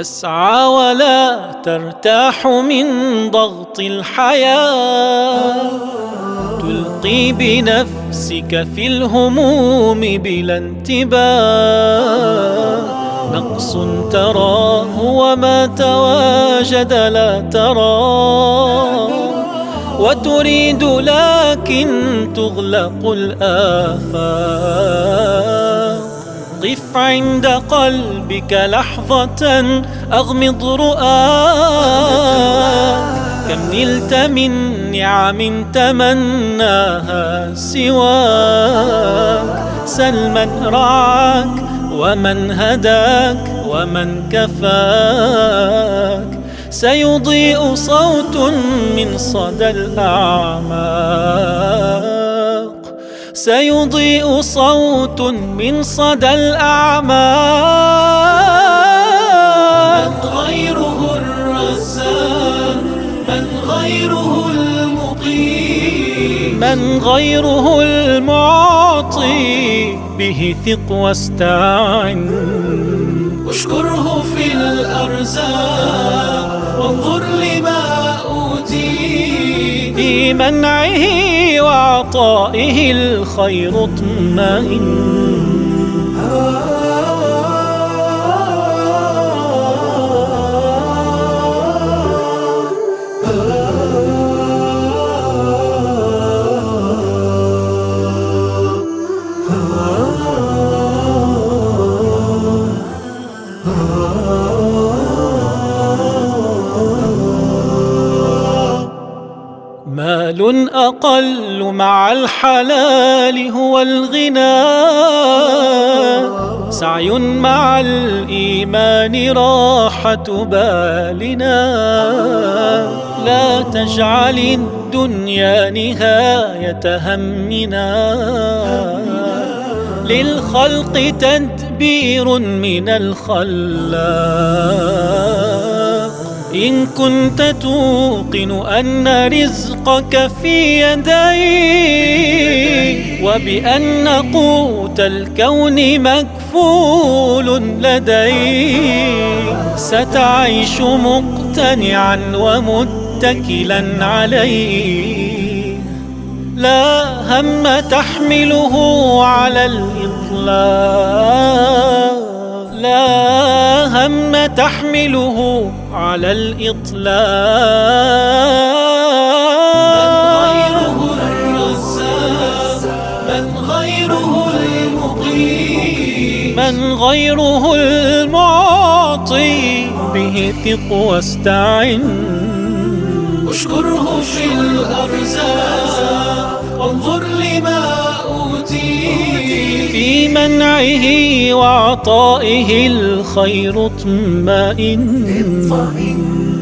تسعى ولا ترتاح من ضغط الحياة، تلقي بنفسك في الهموم بلا انتباه. نقص تراه وما تواجد لا تراه، وتريد لكن تغلق الآفاق. قف عند قلبك لحظة، أغمض رؤاك. كم نلت من نعم تمناها سواك. سل من رعاك ومن هداك ومن كفاك. سيضيء صوت من صدى الأعماق، سيضيء صوت من صدى الأعماق. من غيره الرزاق، من غيره المقيم، من غيره المعطي، به ثق واستعن. اشكره في الأرزاق وانظر لما أوتي. في منعه وعطائه الخير اطمئن. مال أقل مع الحلال هو الغنى. سعي مع الإيمان راحة بالنا. لا تجعل الدنيا نهاية همنا. للخلق تدبير من الخلاق. إن كنت توقن أن رزقك في يديك، وبأن قوت الكون مكفول لديك، ستعيش مقتنعا ومتكلا عليه. لا هم تحمله على الإطلاق، لا هم تحمله على الإطلاق. من غيره الرزاق، من غيره المقيم، من غيره المعطي، به ثق واستعن. اشكره في الأرزاق وانظر لما أوتي. في منعه وعطائه الخير اطمئن.